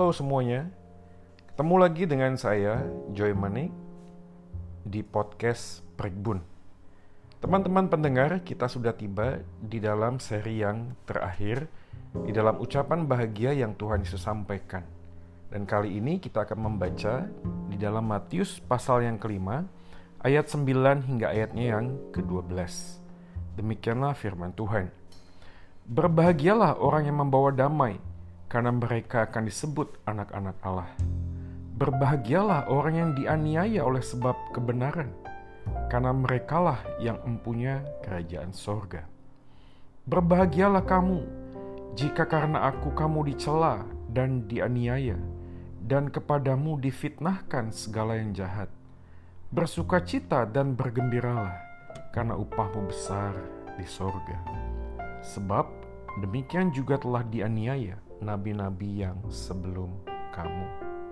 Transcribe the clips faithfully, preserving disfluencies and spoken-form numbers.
Halo semuanya, ketemu lagi dengan saya, Joy Manik, di podcast Prikbun. Teman-teman pendengar, kita sudah tiba di dalam seri yang terakhir, di dalam ucapan bahagia yang Tuhan Yesus sampaikan. Dan kali ini kita akan membaca di dalam Matius pasal yang kelima, ayat sembilan hingga ayatnya yang kedua belas. Demikianlah firman Tuhan. Berbahagialah orang yang membawa damai, karena mereka akan disebut anak-anak Allah. Berbahagialah orang yang dianiaya oleh sebab kebenaran, karena merekalah yang empunya kerajaan sorga. Berbahagialah kamu, jika karena aku kamu dicela dan dianiaya, dan kepadamu difitnahkan segala yang jahat. Bersukacita dan bergembiralah, karena upahmu besar di sorga. Sebab demikian juga telah dianiaya nabi-nabi yang sebelum kamu.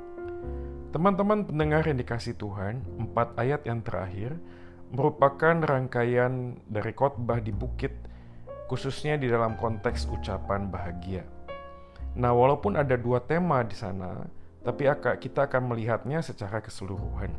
Teman-teman pendengar yang dikasihi Tuhan, empat ayat yang terakhir merupakan rangkaian dari khotbah di bukit, khususnya di dalam konteks ucapan bahagia. Nah, walaupun ada dua tema di sana, tapi kita akan melihatnya secara keseluruhan.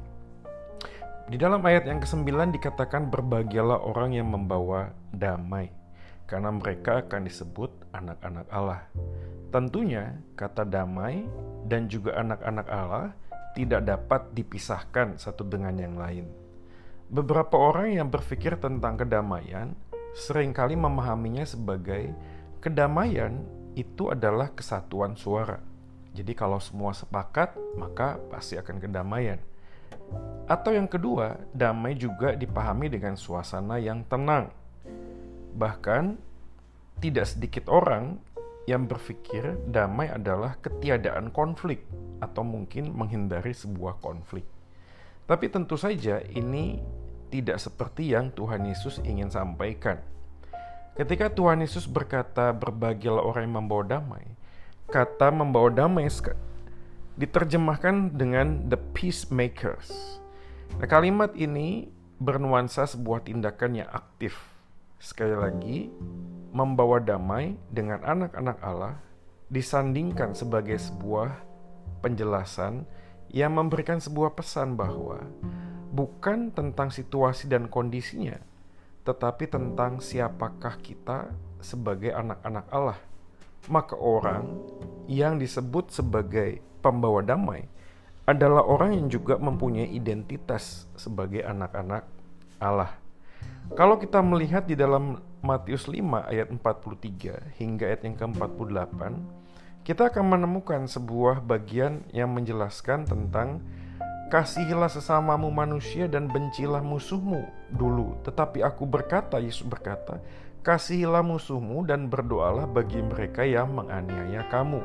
Di dalam ayat yang kesembilan dikatakan berbahagialah orang yang membawa damai, karena mereka akan disebut anak-anak Allah. Tentunya kata damai dan juga anak-anak Allah tidak dapat dipisahkan satu dengan yang lain. Beberapa orang yang berpikir tentang kedamaian seringkali memahaminya sebagai kedamaian itu adalah kesatuan suara. Jadi kalau semua sepakat, maka pasti akan kedamaian. Atau yang kedua, damai juga dipahami dengan suasana yang tenang. Bahkan tidak sedikit orang yang berpikir damai adalah ketiadaan konflik atau mungkin menghindari sebuah konflik. Tapi tentu saja ini tidak seperti yang Tuhan Yesus ingin sampaikan. Ketika Tuhan Yesus berkata berbahagialah orang yang membawa damai, kata membawa damai diterjemahkan dengan the peacemakers. Nah, kalimat ini bernuansa sebuah tindakan yang aktif. Sekali lagi, membawa damai dengan anak-anak Allah disandingkan sebagai sebuah penjelasan yang memberikan sebuah pesan bahwa bukan tentang situasi dan kondisinya, tetapi tentang siapakah kita sebagai anak-anak Allah. Maka orang yang disebut sebagai pembawa damai adalah orang yang juga mempunyai identitas sebagai anak-anak Allah. Kalau kita melihat di dalam Matius lima ayat empat puluh tiga hingga ayat yang ke empat puluh delapan, kita akan menemukan sebuah bagian yang menjelaskan tentang kasihilah sesamamu manusia dan bencilah musuhmu dulu. Tetapi aku berkata, Yesus berkata, kasihilah musuhmu dan berdoalah bagi mereka yang menganiaya kamu.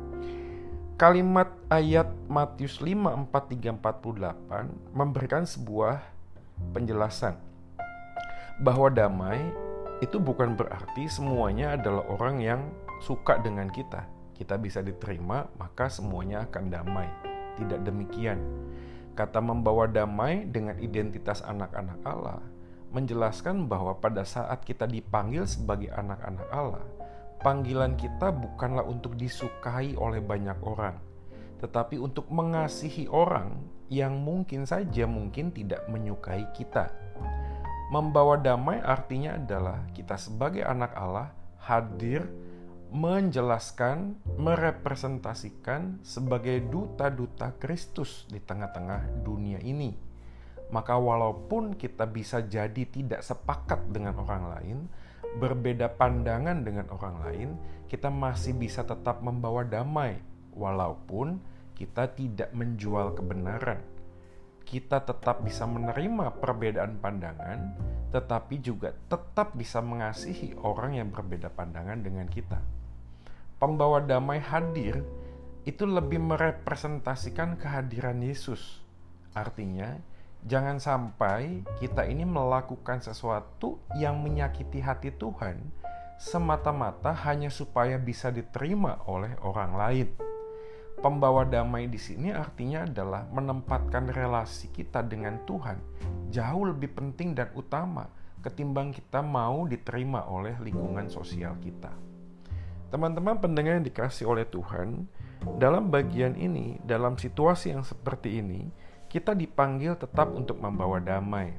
Kalimat ayat Matius lima, empat puluh tiga, empat puluh delapan memberikan sebuah penjelasan bahwa damai itu bukan berarti semuanya adalah orang yang suka dengan kita. Kita bisa diterima, maka semuanya akan damai. Tidak demikian. Kata membawa damai dengan identitas anak-anak Allah menjelaskan bahwa pada saat kita dipanggil sebagai anak-anak Allah, panggilan kita bukanlah untuk disukai oleh banyak orang, tetapi untuk mengasihi orang yang mungkin saja mungkin tidak menyukai kita. Membawa damai artinya adalah kita sebagai anak Allah hadir, menjelaskan, merepresentasikan sebagai duta-duta Kristus di tengah-tengah dunia ini. Maka walaupun kita bisa jadi tidak sepakat dengan orang lain, berbeda pandangan dengan orang lain, kita masih bisa tetap membawa damai walaupun kita tidak menjual kebenaran. Kita tetap bisa menerima perbedaan pandangan, tetapi juga tetap bisa mengasihi orang yang berbeda pandangan dengan kita. Pembawa damai hadir itu lebih merepresentasikan kehadiran Yesus. Artinya, jangan sampai kita ini melakukan sesuatu yang menyakiti hati Tuhan semata-mata hanya supaya bisa diterima oleh orang lain. Pembawa damai di sini artinya adalah menempatkan relasi kita dengan Tuhan jauh lebih penting dan utama ketimbang kita mau diterima oleh lingkungan sosial kita. Teman-teman pendengar yang dikasih oleh Tuhan, dalam bagian ini, dalam situasi yang seperti ini, kita dipanggil tetap untuk membawa damai.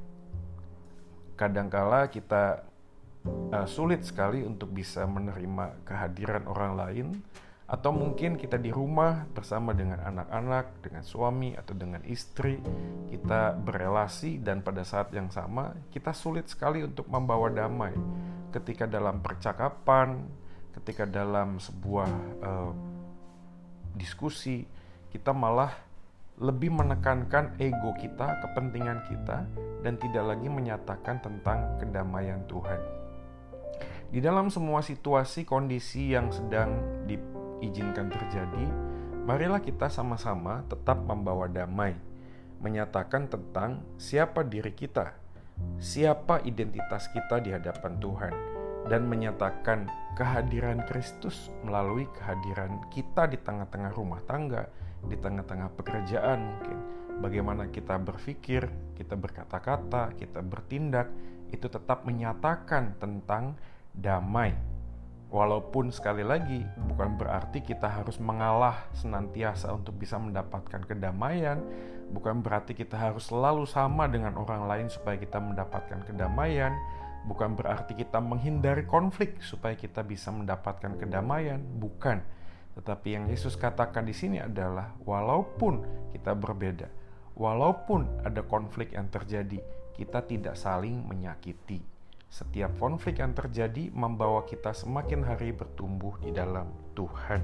Kadangkala kita uh, sulit sekali untuk bisa menerima kehadiran orang lain, atau mungkin kita di rumah bersama dengan anak-anak, dengan suami atau dengan istri, kita berelasi dan pada saat yang sama kita sulit sekali untuk membawa damai. Ketika dalam percakapan, ketika dalam sebuah uh, diskusi, kita malah lebih menekankan ego kita, kepentingan kita, dan tidak lagi menyatakan tentang kedamaian Tuhan. Di dalam semua situasi, kondisi yang sedang diizinkan terjadi, marilah kita sama-sama tetap membawa damai, menyatakan tentang siapa diri kita, siapa identitas kita di hadapan Tuhan, dan menyatakan kehadiran Kristus melalui kehadiran kita di tengah-tengah rumah tangga, di tengah-tengah pekerjaan mungkin. Bagaimana kita berpikir, kita berkata-kata, kita bertindak, itu tetap menyatakan tentang damai. Walaupun sekali lagi bukan berarti kita harus mengalah senantiasa untuk bisa mendapatkan kedamaian, bukan berarti kita harus selalu sama dengan orang lain supaya kita mendapatkan kedamaian, bukan berarti kita menghindari konflik supaya kita bisa mendapatkan kedamaian, bukan. Tetapi yang Yesus katakan di sini adalah walaupun kita berbeda, walaupun ada konflik yang terjadi, kita tidak saling menyakiti. Setiap konflik yang terjadi membawa kita semakin hari bertumbuh di dalam Tuhan.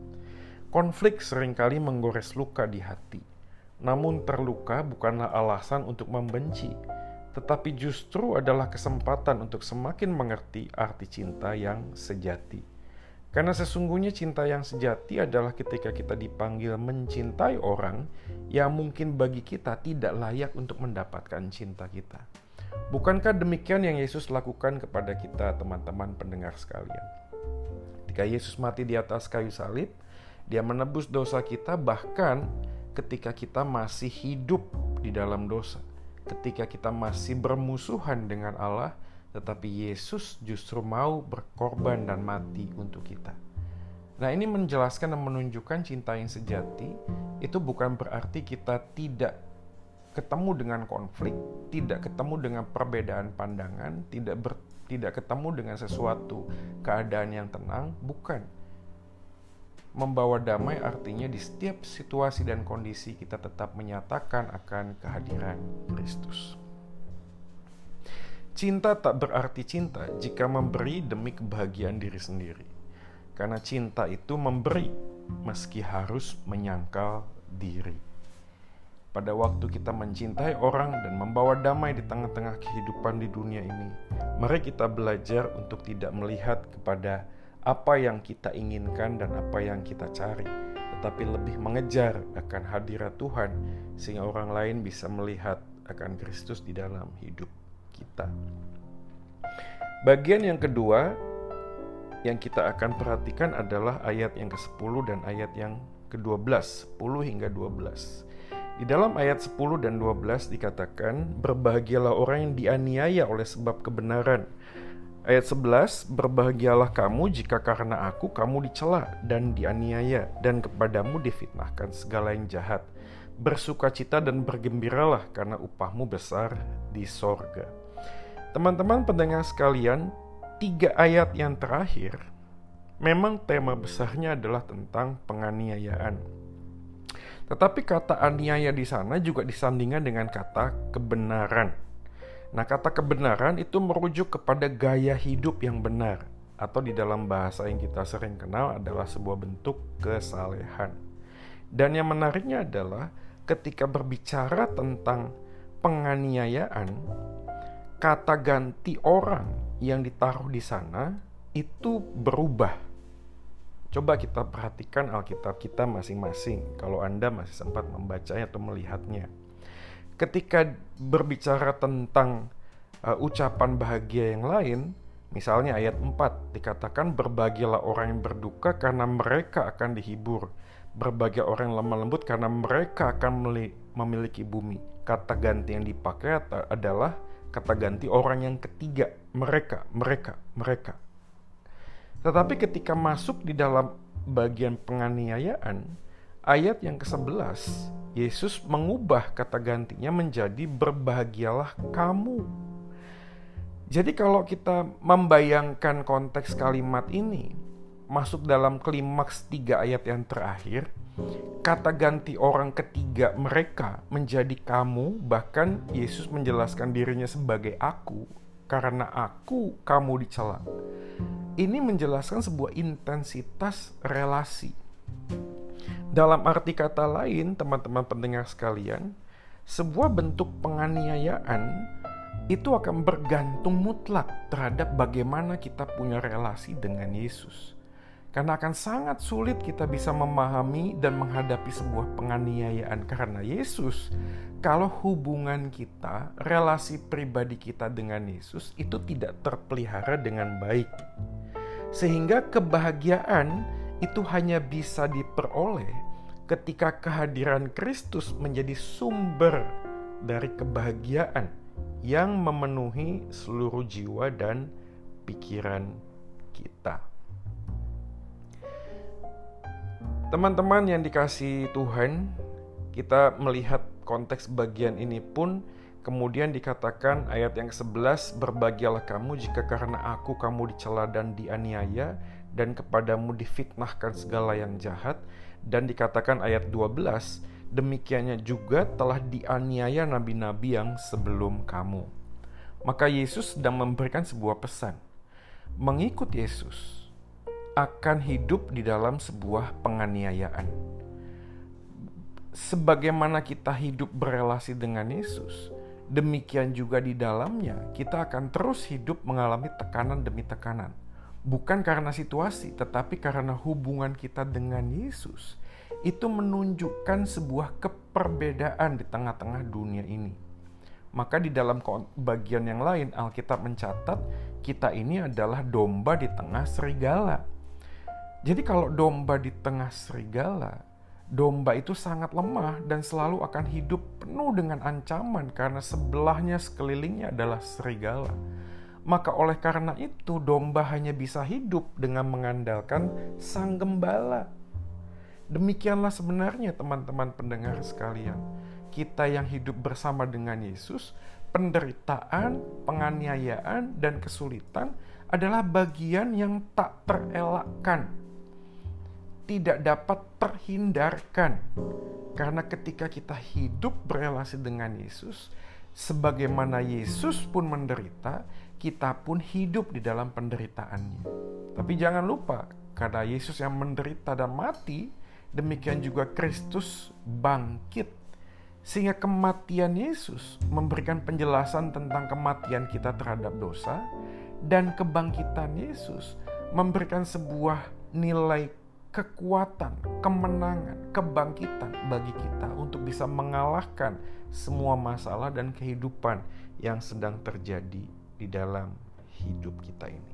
Konflik seringkali menggores luka di hati. Namun terluka bukanlah alasan untuk membenci, tetapi justru adalah kesempatan untuk semakin mengerti arti cinta yang sejati. Karena sesungguhnya cinta yang sejati adalah ketika kita dipanggil mencintai orang yang mungkin bagi kita tidak layak untuk mendapatkan cinta kita. Bukankah demikian yang Yesus lakukan kepada kita, teman-teman pendengar sekalian? Ketika Yesus mati di atas kayu salib, Dia menebus dosa kita bahkan ketika kita masih hidup di dalam dosa. Ketika kita masih bermusuhan dengan Allah, tetapi Yesus justru mau berkorban dan mati untuk kita. Nah, ini menjelaskan dan menunjukkan cinta yang sejati itu bukan berarti kita tidak ketemu dengan konflik, tidak ketemu dengan perbedaan pandangan, tidak ber, tidak ketemu dengan sesuatu keadaan yang tenang, bukan. Membawa damai artinya di setiap situasi dan kondisi kita tetap menyatakan akan kehadiran Kristus. Cinta tak berarti cinta jika memberi demi kebahagiaan diri sendiri. Karena cinta itu memberi meski harus menyangkal diri. Pada waktu kita mencintai orang dan membawa damai di tengah-tengah kehidupan di dunia ini, mari kita belajar untuk tidak melihat kepada apa yang kita inginkan dan apa yang kita cari, tetapi lebih mengejar akan hadirat Tuhan sehingga orang lain bisa melihat akan Kristus di dalam hidup kita. Bagian yang kedua yang kita akan perhatikan adalah ayat yang kesepuluh dan ayat yang kedua belas, sepuluh hingga dua belas. Di dalam ayat sepuluh dan dua belas dikatakan, berbahagialah orang yang dianiaya oleh sebab kebenaran. Ayat sebelas, berbahagialah kamu jika karena aku kamu dicela dan dianiaya, dan kepadamu difitnahkan segala yang jahat. Bersukacita dan bergembiralah karena upahmu besar di sorga. Teman-teman pendengar sekalian, tiga ayat yang terakhir, memang tema besarnya adalah tentang penganiayaan. Tetapi kata aniaya di sana juga disandingkan dengan kata kebenaran. Nah, kata kebenaran itu merujuk kepada gaya hidup yang benar, atau di dalam bahasa yang kita sering kenal adalah sebuah bentuk kesalehan. Dan yang menariknya adalah ketika berbicara tentang penganiayaan, kata ganti orang yang ditaruh di sana itu berubah. Coba kita perhatikan Alkitab kita masing-masing kalau Anda masih sempat membacanya atau melihatnya. Ketika berbicara tentang uh, ucapan bahagia yang lain, misalnya ayat empat dikatakan berbahagialah orang yang berduka karena mereka akan dihibur. Berbahagia orang yang lemah lembut karena mereka akan memiliki bumi. Kata ganti yang dipakai adalah kata ganti orang yang ketiga, mereka, mereka, mereka. Tetapi ketika masuk di dalam bagian penganiayaan, ayat yang kesebelas, Yesus mengubah kata gantinya menjadi berbahagialah kamu. Jadi kalau kita membayangkan konteks kalimat ini masuk dalam klimaks tiga ayat yang terakhir, kata ganti orang ketiga mereka menjadi kamu, bahkan Yesus menjelaskan dirinya sebagai aku, karena aku kamu dicela. Ini menjelaskan sebuah intensitas relasi. Dalam arti kata lain, teman-teman pendengar sekalian, sebuah bentuk penganiayaan itu akan bergantung mutlak terhadap bagaimana kita punya relasi dengan Yesus. Karena akan sangat sulit kita bisa memahami dan menghadapi sebuah penganiayaan karena Yesus kalau hubungan kita, relasi pribadi kita dengan Yesus itu tidak terpelihara dengan baik. Sehingga kebahagiaan itu hanya bisa diperoleh ketika kehadiran Kristus menjadi sumber dari kebahagiaan yang memenuhi seluruh jiwa dan pikiran kita. Teman-teman yang dikasihi Tuhan, kita melihat konteks bagian ini pun kemudian dikatakan ayat yang kesebelas, berbahagialah kamu jika karena aku kamu dicela dan dianiaya dan kepadamu difitnahkan segala yang jahat. Dan dikatakan ayat dua belas, demikiannya juga telah dianiaya nabi-nabi yang sebelum kamu. Maka Yesus sedang memberikan sebuah pesan. Mengikut Yesus akan hidup di dalam sebuah penganiayaan. Sebagaimana kita hidup berelasi dengan Yesus, demikian juga di dalamnya kita akan terus hidup mengalami tekanan demi tekanan. Bukan karena situasi, tetapi karena hubungan kita dengan Yesus. Itu menunjukkan sebuah keperbedaan di tengah-tengah dunia ini. Maka di dalam bagian yang lain, Alkitab mencatat kita ini adalah domba di tengah serigala. Jadi kalau domba di tengah serigala, domba itu sangat lemah dan selalu akan hidup penuh dengan ancaman karena sebelahnya sekelilingnya adalah serigala. Maka oleh karena itu domba hanya bisa hidup dengan mengandalkan sang gembala. Demikianlah sebenarnya teman-teman pendengar sekalian. Kita yang hidup bersama dengan Yesus, penderitaan, penganiayaan, dan kesulitan adalah bagian yang tak terelakkan. Tidak dapat terhindarkan. Karena ketika kita hidup berelasi dengan Yesus, sebagaimana Yesus pun menderita, kita pun hidup di dalam penderitaannya. Tapi jangan lupa, karena Yesus yang menderita dan mati, demikian juga Kristus bangkit. Sehingga kematian Yesus memberikan penjelasan tentang kematian kita terhadap dosa, dan kebangkitan Yesus memberikan sebuah nilai kekuatan, kemenangan, kebangkitan bagi kita untuk bisa mengalahkan semua masalah dan kehidupan yang sedang terjadi di dalam hidup kita ini.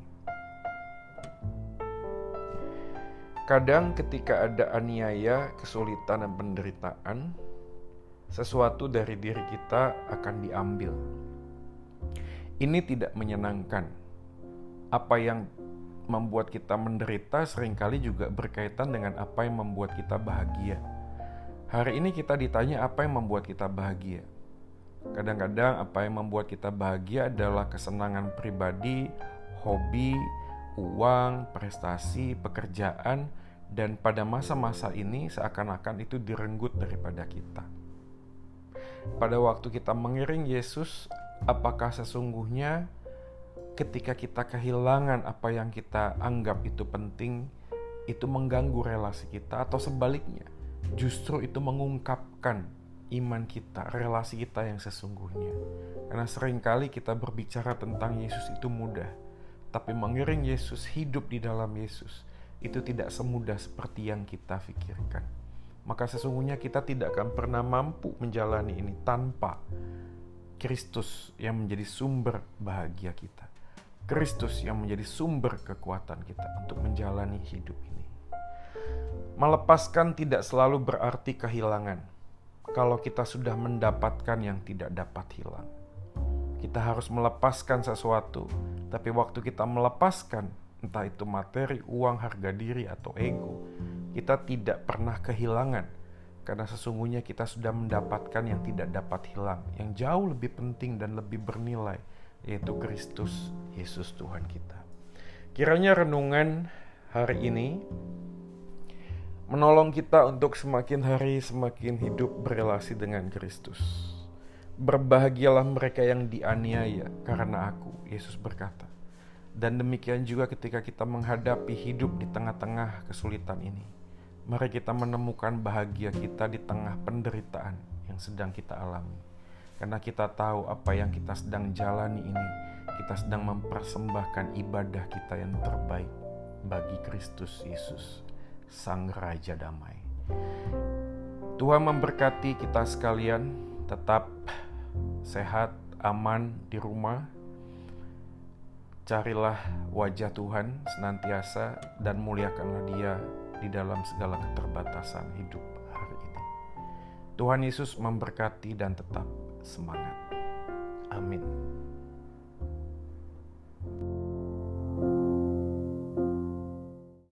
Kadang ketika ada aniaya, kesulitan, dan penderitaan, sesuatu dari diri kita akan diambil. Ini tidak menyenangkan. Apa yang membuat kita menderita seringkali juga berkaitan dengan apa yang membuat kita bahagia. Hari ini kita ditanya apa yang membuat kita bahagia. Kadang-kadang apa yang membuat kita bahagia adalah kesenangan pribadi, hobi, uang, prestasi, pekerjaan, dan pada masa-masa ini seakan-akan itu direnggut daripada kita. Pada waktu kita mengiring Yesus, apakah sesungguhnya ketika kita kehilangan apa yang kita anggap itu penting, itu mengganggu relasi kita, atau sebaliknya, justru itu mengungkapkan iman kita, relasi kita yang sesungguhnya. Karena seringkali kita berbicara tentang Yesus itu mudah, tapi mengiring Yesus, hidup di dalam Yesus, itu tidak semudah seperti yang kita pikirkan. Maka sesungguhnya kita tidak akan pernah mampu menjalani ini tanpa Kristus yang menjadi sumber bahagia kita. Kristus yang menjadi sumber kekuatan kita untuk menjalani hidup ini. Melepaskan tidak selalu berarti kehilangan. Kalau kita sudah mendapatkan yang tidak dapat hilang, kita harus melepaskan sesuatu. Tapi waktu kita melepaskan, entah itu materi, uang, harga diri, atau ego, kita tidak pernah kehilangan, karena sesungguhnya kita sudah mendapatkan yang tidak dapat hilang, yang jauh lebih penting dan lebih bernilai, yaitu Kristus Yesus Tuhan kita. Kiranya renungan hari ini menolong kita untuk semakin hari semakin hidup berelasi dengan Kristus. Berbahagialah mereka yang dianiaya karena aku, Yesus berkata. Dan demikian juga ketika kita menghadapi hidup di tengah-tengah kesulitan ini, mari kita menemukan bahagia kita di tengah penderitaan yang sedang kita alami. Karena kita tahu apa yang kita sedang jalani ini, kita sedang mempersembahkan ibadah kita yang terbaik bagi Kristus Yesus, Sang Raja Damai. Tuhan memberkati kita sekalian, tetap sehat, aman di rumah. Carilah wajah Tuhan senantiasa dan muliakanlah Dia di dalam segala keterbatasan hidup hari ini. Tuhan Yesus memberkati dan tetap semangat. Amin.